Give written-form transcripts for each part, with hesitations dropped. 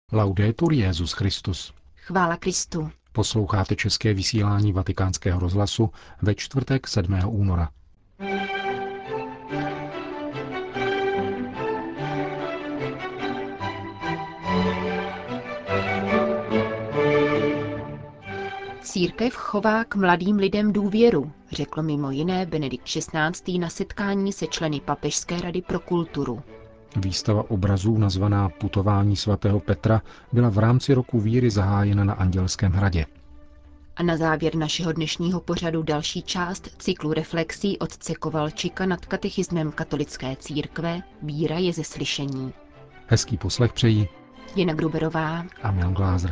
Laudetur Jesus Christus. Chvála Kristu. Posloucháte české vysílání Vatikánského rozhlasu ve čtvrtek 7. února. Církev chová k mladým lidem důvěru, řekl mimo jiné Benedikt XVI. Na setkání se členy Papežské rady pro kulturu. Výstava obrazů nazvaná Putování svatého Petra byla v rámci roku víry zahájena na Andělském hradě. A na závěr našeho dnešního pořadu další část cyklu reflexí otce Kovalčika nad katechismem katolické církve Víra je ze slyšení. Hezký poslech přejí Jana Gruberová a Milan Glázer.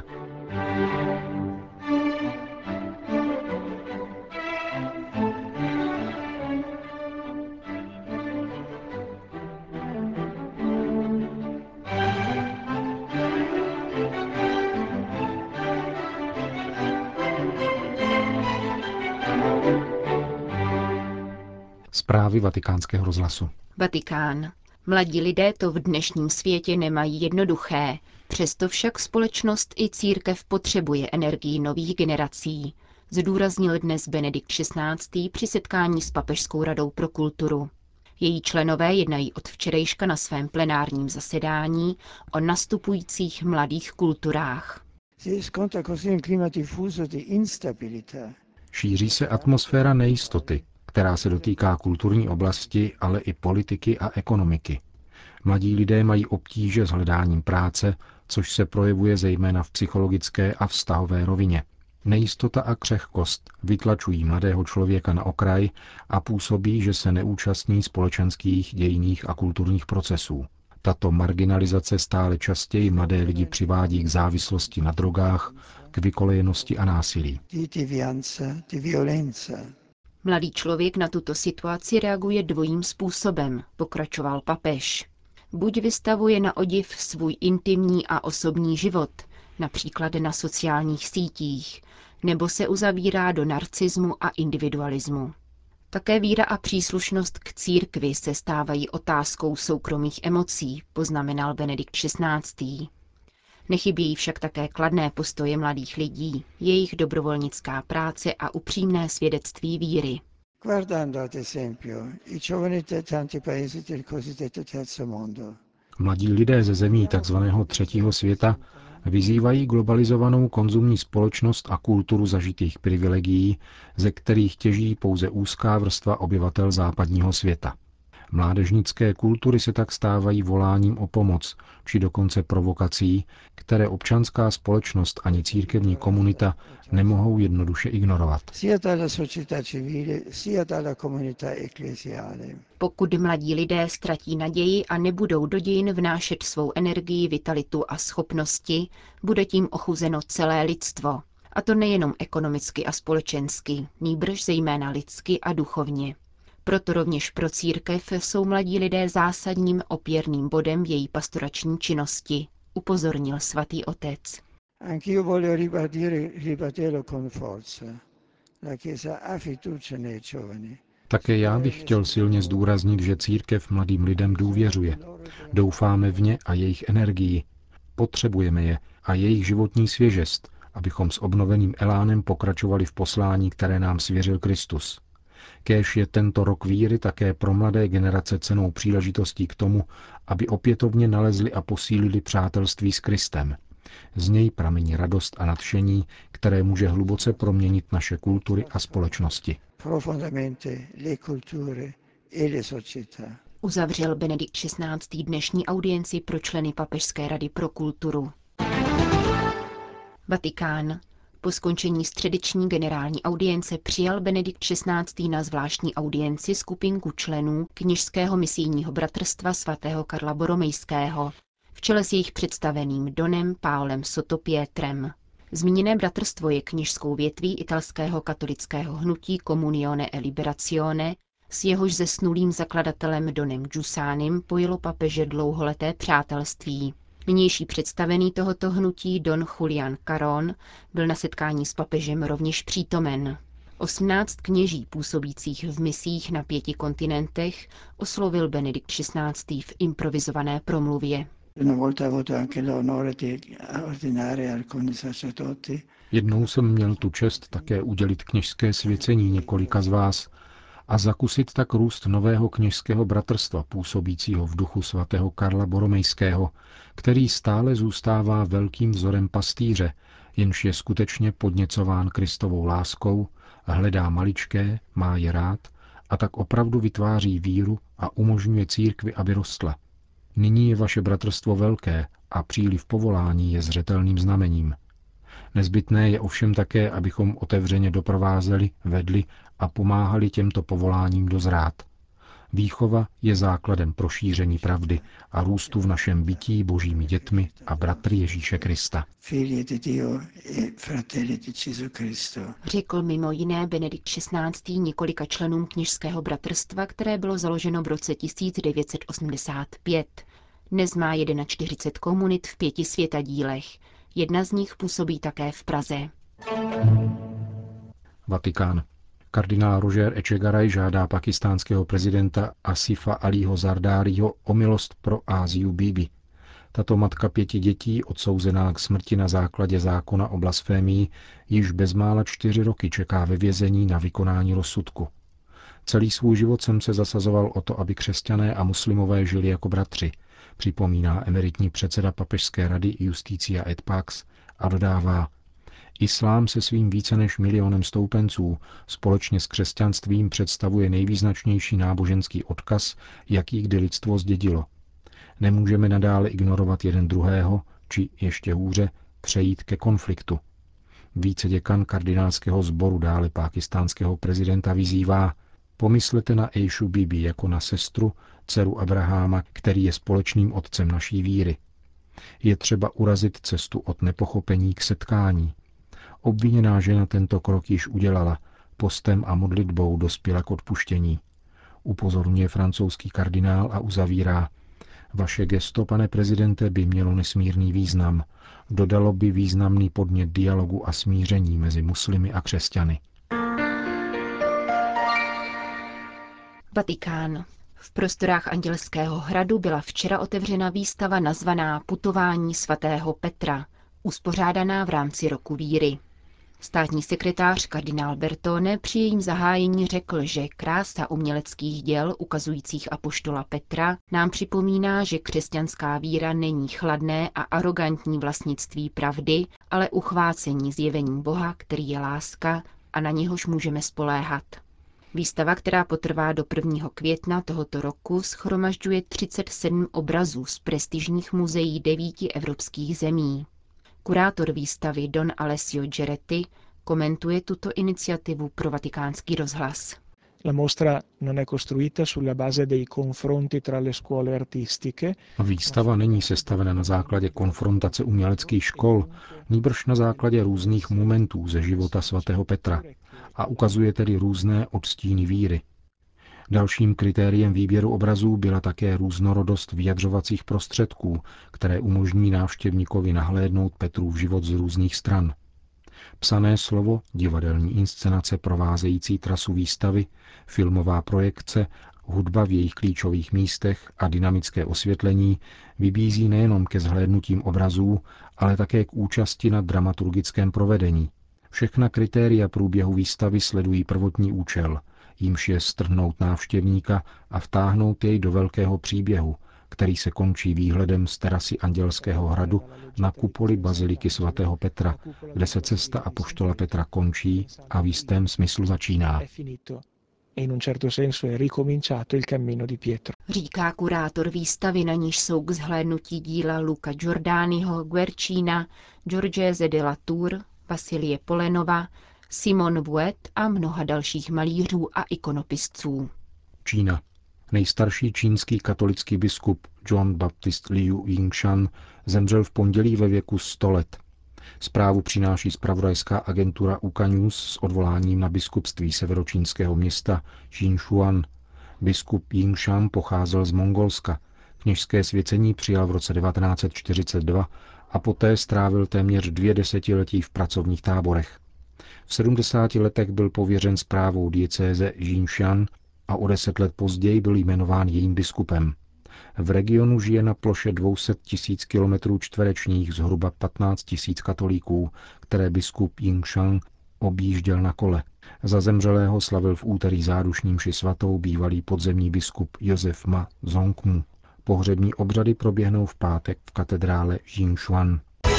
Zprávy Vatikánského rozhlasu. Vatikán. Mladí lidé to v dnešním světě nemají jednoduché, přesto však společnost i církev potřebuje energii nových generací, zdůraznil dnes Benedikt XVI. Při setkání s Papežskou radou pro kulturu. Její členové jednají od včerejška na svém plenárním zasedání o nastupujících mladých kulturách. Šíří se atmosféra nejistoty, která se dotýká kulturní oblasti, ale i politiky a ekonomiky. Mladí lidé mají obtíže s hledáním práce, což se projevuje zejména v psychologické a vztahové rovině. Nejistota a křehkost vytlačují mladého člověka na okraj a působí, že se neúčastní společenských, dějinných a kulturních procesů. Tato marginalizace stále častěji mladé lidi přivádí k závislosti na drogách, k vykolejenosti a násilí. Mladý člověk na tuto situaci reaguje dvojím způsobem, pokračoval papež. Buď vystavuje na odiv svůj intimní a osobní život, například na sociálních sítích, nebo se uzavírá do narcismu a individualismu. Také víra a příslušnost k církvi se stávají otázkou soukromých emocí, poznamenal Benedikt XVI. Nechybějí však také kladné postoje mladých lidí, jejich dobrovolnická práce a upřímné svědectví víry. Mladí lidé ze zemí tzv. Třetího světa vyzývají globalizovanou konzumní společnost a kulturu zažitých privilegií, ze kterých těží pouze úzká vrstva obyvatel západního světa. Mládežnické kultury se tak stávají voláním o pomoc, či dokonce provokací, které občanská společnost ani církevní komunita nemohou jednoduše ignorovat. Pokud mladí lidé ztratí naději a nebudou do dějin vnášet svou energii, vitalitu a schopnosti, bude tím ochuzeno celé lidstvo. A to nejenom ekonomicky a společensky, nýbrž zejména lidsky a duchovně. Proto rovněž pro církev jsou mladí lidé zásadním opěrným bodem v její pastorační činnosti, upozornil svatý otec. Také já bych chtěl silně zdůraznit, že církev mladým lidem důvěřuje. Doufáme v ně a jejich energii. Potřebujeme je a jejich životní svěžest, abychom s obnoveným elánem pokračovali v poslání, které nám svěřil Kristus. Kéž je tento rok víry také pro mladé generace cennou příležitostí k tomu, aby opětovně nalezli a posílili přátelství s Kristem. Z něj pramení radost a nadšení, které může hluboce proměnit naše kultury a společnosti. Uzavřel Benedikt XVI. Dnešní audienci pro členy Papežské rady pro kulturu. Vatikán. Po skončení středeční generální audience přijal Benedikt XVI. Na zvláštní audienci skupinku členů Kněžského misijního bratrstva svatého Karla Boromejského, v čele s jejich představeným donem Paolem Sotopietrem. Zmíněné bratrstvo je kněžskou větví italského katolického hnutí Comunione e Liberazione, s jehož zesnulým zakladatelem Donem Giussanim pojilo papeže dlouholeté přátelství. Nynější představený tohoto hnutí Don Julián Carón byl na setkání s papežem rovněž přítomen. 18 kněží působících v misích na 5 kontinentech oslovil Benedikt XVI. V improvizované promluvě. Jednou jsem měl tu čest také udělit kněžské svěcení několika z vás a zakusit tak růst nového kněžského bratrstva působícího v duchu svatého Karla Boromejského, který stále zůstává velkým vzorem pastýře, jenž je skutečně podněcován Kristovou láskou, hledá maličké, má je rád a tak opravdu vytváří víru a umožňuje církvi, aby rostla. Nyní je vaše bratrstvo velké a příliv povolání je zřetelným znamením. Nezbytné je ovšem také, abychom otevřeně doprovázeli, vedli a pomáhali těmto povoláním dozrát. Výchova je základem pro šíření pravdy a růstu v našem bytí božími dětmi a bratry Ježíše Krista. Řekl mimo jiné Benedikt XVI. Několika členům kněžského bratrstva, které bylo založeno v roce 1985. Dnes má 41 komunit v 5 světadílech. Jedna z nich působí také v Praze. Vatikán. Kardinál Roger Echegaray žádá pakistánského prezidenta Asifa Alího Zardárího o milost pro Ásiu Bibi. Tato matka 5 dětí, odsouzená k smrti na základě zákona o blasfémii, již bezmála 4 roky čeká ve vězení na vykonání rozsudku. Celý svůj život jsem se zasazoval o to, aby křesťané a muslimové žili jako bratři, připomíná emeritní předseda Papežské rady Justitia et Pax a dodává: Islám se svým více než 1 milionem stoupenců společně s křesťanstvím představuje nejvýznačnější náboženský odkaz, jaký kdy lidstvo zdědilo. Nemůžeme nadále ignorovat jeden druhého, či ještě hůře, přejít ke konfliktu. Víceděkan kardinálského sboru dále pákistánského prezidenta vyzývá: pomyslete na Ejšu Bibi jako na sestru, dceru Abraháma, který je společným otcem naší víry. Je třeba urazit cestu od nepochopení k setkání. Obviněná žena tento krok již udělala, postem a modlitbou dospěla k odpuštění. Upozorňuje francouzský kardinál a uzavírá: vaše gesto, pane prezidente, by mělo nesmírný význam. Dodalo by významný podnět dialogu a smíření mezi muslimy a křesťany. Vatikán. V prostorách Andělského hradu byla včera otevřena výstava nazvaná Putování svatého Petra, uspořádaná v rámci Roku víry. Státní sekretář kardinál Bertone při jejím zahájení řekl, že krása uměleckých děl ukazujících apoštola Petra nám připomíná, že křesťanská víra není chladné a arogantní vlastnictví pravdy, ale uchvácení zjevení Boha, který je láska a na něhož můžeme spoléhat. Výstava, která potrvá do 1. května tohoto roku, shromažďuje 37 obrazů z prestižních muzeí 9 evropských zemí. Kurátor výstavy Don Alessio Geretti komentuje tuto iniciativu pro Vatikánský rozhlas. Výstava není sestavena na základě konfrontace uměleckých škol, nýbrž na základě různých momentů ze života svatého Petra a ukazuje tedy různé odstíny víry. Dalším kritériem výběru obrazů byla také různorodost vyjadřovacích prostředků, které umožní návštěvníkovi nahlédnout Petrův život z různých stran. Psané slovo, divadelní inscenace provázející trasu výstavy, filmová projekce, hudba v jejich klíčových místech a dynamické osvětlení vybízí nejenom ke zhlédnutím obrazů, ale také k účasti na dramaturgickém provedení. Všechna kritéria průběhu výstavy sledují prvotní účel, jímž je strhnout návštěvníka a vtáhnout jej do velkého příběhu, který se končí výhledem z terasy Andělského hradu na kupoli baziliky svatého Petra, kde se cesta apoštola Petra končí a v jistém smyslu začíná. Říká kurátor výstavy, na níž jsou k zhlédnutí díla Luca Giordaniho, Guercina, Georgese de la Tour, Vasilie Polenova, Simone Vouet a mnoha dalších malířů a ikonopisců. Čína. Nejstarší čínský katolický biskup John Baptist Liu Yingshan zemřel v pondělí ve věku 100 let. Zprávu přináší zpravodajská agentura UK News s odvoláním na biskupství severočínského města Jinshuan. Biskup Yingshan pocházel z Mongolska. Kněžské svěcení přijal v roce 1942 a poté strávil téměř 2 desetiletí v pracovních táborech. V 70 letech byl pověřen správou diecéze Jinshan a o 10 let později byl jmenován jejím biskupem. V regionu žije na ploše 200 000 km2 zhruba 15 000 katolíků, které biskup Yingshang objížděl na kole. Za zemřelého slavil v úterý zádušní mši svatou bývalý podzemní biskup Josef Ma Zongmu. Pohřební obřady proběhnou v pátek v katedrále Jinshuan.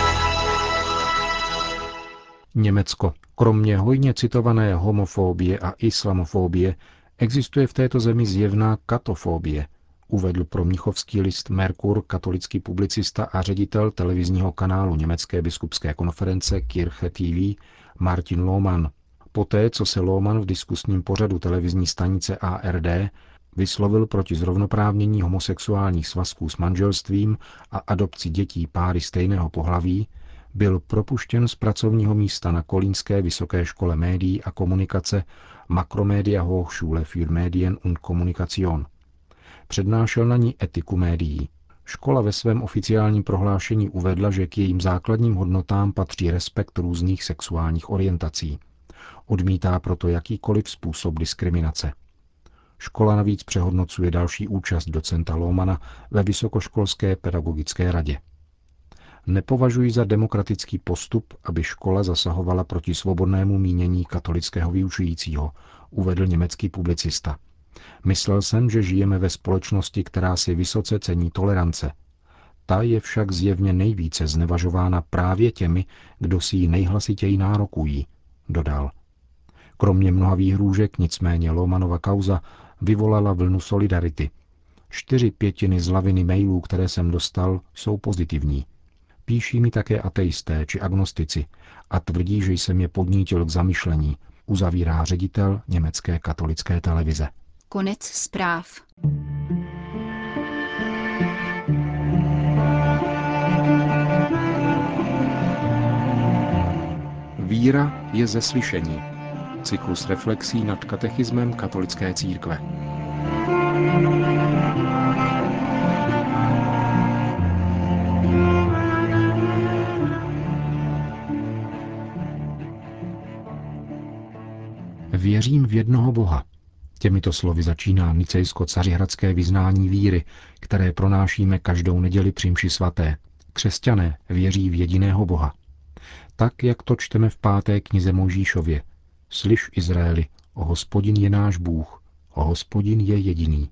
Německo. Kromě hojně citované homofobie a islamofobie existuje v této zemi zjevná katofobie, uvedl pro mnichovský list Merkur katolický publicista a ředitel televizního kanálu Německé biskupské konference Kirche TV Martin Lohmann. Poté, co se Lohmann v diskusním pořadu televizní stanice ARD vyslovil proti zrovnoprávnění homosexuálních svazků s manželstvím a adopci dětí páry stejného pohlaví, byl propuštěn z pracovního místa na kolínské vysoké škole médií a komunikace Makromedia Hochschule für Medien und Kommunikation. Přednášel na ní etiku médií. Škola ve svém oficiálním prohlášení uvedla, že k jejím základním hodnotám patří respekt různých sexuálních orientací. Odmítá proto jakýkoliv způsob diskriminace. Škola navíc přehodnocuje další účast docenta Lohmana ve Vysokoškolské pedagogické radě. Nepovažuji za demokratický postup, aby škola zasahovala proti svobodnému mínění katolického vyučujícího, uvedl německý publicista. Myslel jsem, že žijeme ve společnosti, která si vysoce cení tolerance. Ta je však zjevně nejvíce znevažována právě těmi, kdo si ji nejhlasitěji nárokují, dodal. Kromě mnoha výhrůžek nicméně Lohmannova kauza vyvolala vlnu solidarity. 4/5 z laviny mailů, které jsem dostal, jsou pozitivní. Píší mi také ateisté či agnostici a tvrdí, že jsem je podnítil k zamyšlení, uzavírá ředitel německé katolické televize. Konec zpráv. Víra je ze slyšení. Cyklus reflexí nad katechismem katolické církve. Věřím v jednoho Boha. Těmito slovy začíná nicejsko-cařihradské vyznání víry, které pronášíme každou neděli při mši svaté. Křesťané věří v jediného Boha. Tak, jak to čteme v 5. knize Mojžíšově. Slyš, Izraeli, o Hospodin je náš Bůh, o Hospodin je jediný.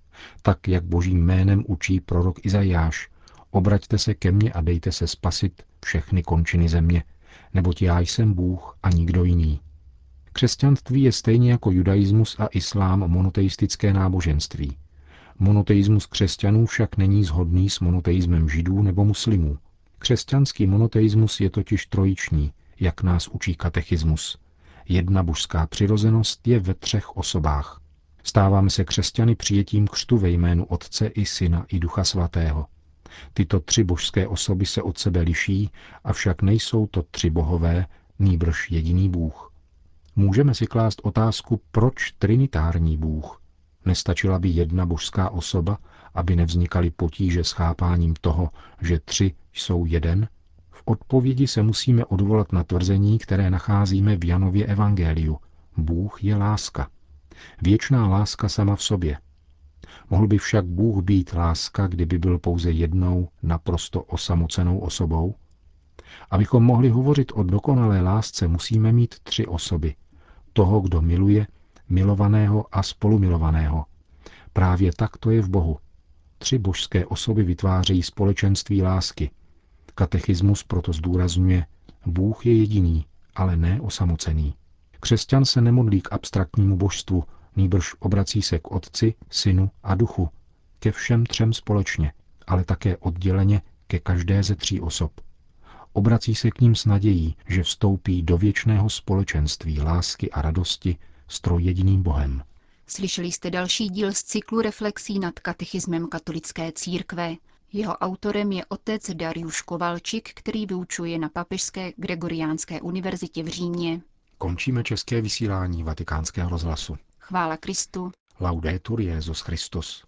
Tak, jak božím jménem učí prorok Izajáš, obraťte se ke mně a dejte se spasit všechny končiny země, neboť já jsem Bůh a nikdo jiný. Křesťanství je stejně jako judaismus a islám monoteistické náboženství. Monoteismus křesťanů však není shodný s monoteismem židů nebo muslimů. Křesťanský monoteismus je totiž trojiční, jak nás učí katechismus. Jedna božská přirozenost je ve 3 osobách. Stáváme se křesťany přijetím křtu ve jménu Otce i Syna i Ducha Svatého. Tyto 3 božské osoby se od sebe liší, avšak nejsou to 3 bohové, nýbrž jediný Bůh. Můžeme si klást otázku, proč trinitární Bůh? Nestačila by jedna božská osoba, aby nevznikaly potíže s chápáním toho, že 3 jsou jeden? V odpovědi se musíme odvolat na tvrzení, které nacházíme v Janově evangeliu. Bůh je láska. Věčná láska sama v sobě. Mohl by však Bůh být láska, kdyby byl pouze jednou naprosto osamocenou osobou? Abychom mohli hovořit o dokonalé lásce, musíme mít 3 osoby. Toho, kdo miluje, milovaného a spolumilovaného. Právě tak to je v Bohu. 3 božské osoby vytvářejí společenství lásky. Katechismus proto zdůrazňuje, Bůh je jediný, ale ne osamocený. Křesťan se nemodlí k abstraktnímu božstvu, nýbrž obrací se k Otci, Synu a Duchu, ke všem 3 společně, ale také odděleně ke každé ze 3 osob. Obrací se k ním s nadějí, že vstoupí do věčného společenství lásky a radosti s trojediným Bohem. Slyšeli jste další díl z cyklu reflexí nad katechismem katolické církve. Jeho autorem je otec Dariusz Kovalčik, který vyučuje na Papežské Gregoriánské univerzitě v Římě. Končíme české vysílání Vatikánského rozhlasu. Chvála Kristu. Laudetur Jesus Christus.